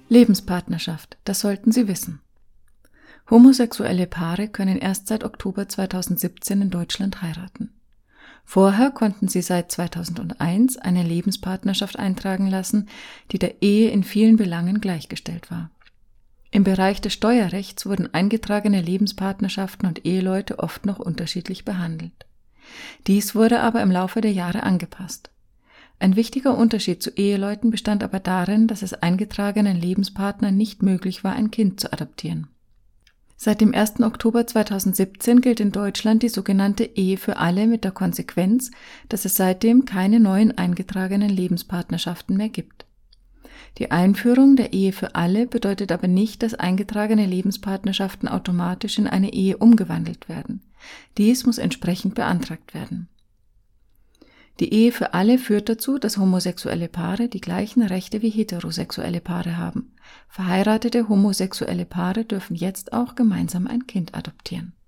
Lebenspartnerschaft, das sollten Sie wissen. Homosexuelle Paare können erst seit Oktober 2017 in Deutschland heiraten. Vorher konnten sie seit 2001 eine Lebenspartnerschaft eintragen lassen, die der Ehe in vielen Belangen gleichgestellt war. Im Bereich des Steuerrechts wurden eingetragene Lebenspartnerschaften und Eheleute oft noch unterschiedlich behandelt. Dies wurde aber im Laufe der Jahre angepasst. Ein wichtiger Unterschied zu Eheleuten bestand aber darin, dass es eingetragenen Lebenspartnern nicht möglich war, ein Kind zu adoptieren. Seit dem 1. Oktober 2017 gilt in Deutschland die sogenannte Ehe für alle mit der Konsequenz, dass es seitdem keine neuen eingetragenen Lebenspartnerschaften mehr gibt. Die Einführung der Ehe für alle bedeutet aber nicht, dass eingetragene Lebenspartnerschaften automatisch in eine Ehe umgewandelt werden. Dies muss entsprechend beantragt werden. Die Ehe für alle führt dazu, dass homosexuelle Paare die gleichen Rechte wie heterosexuelle Paare haben. Verheiratete homosexuelle Paare dürfen jetzt auch gemeinsam ein Kind adoptieren.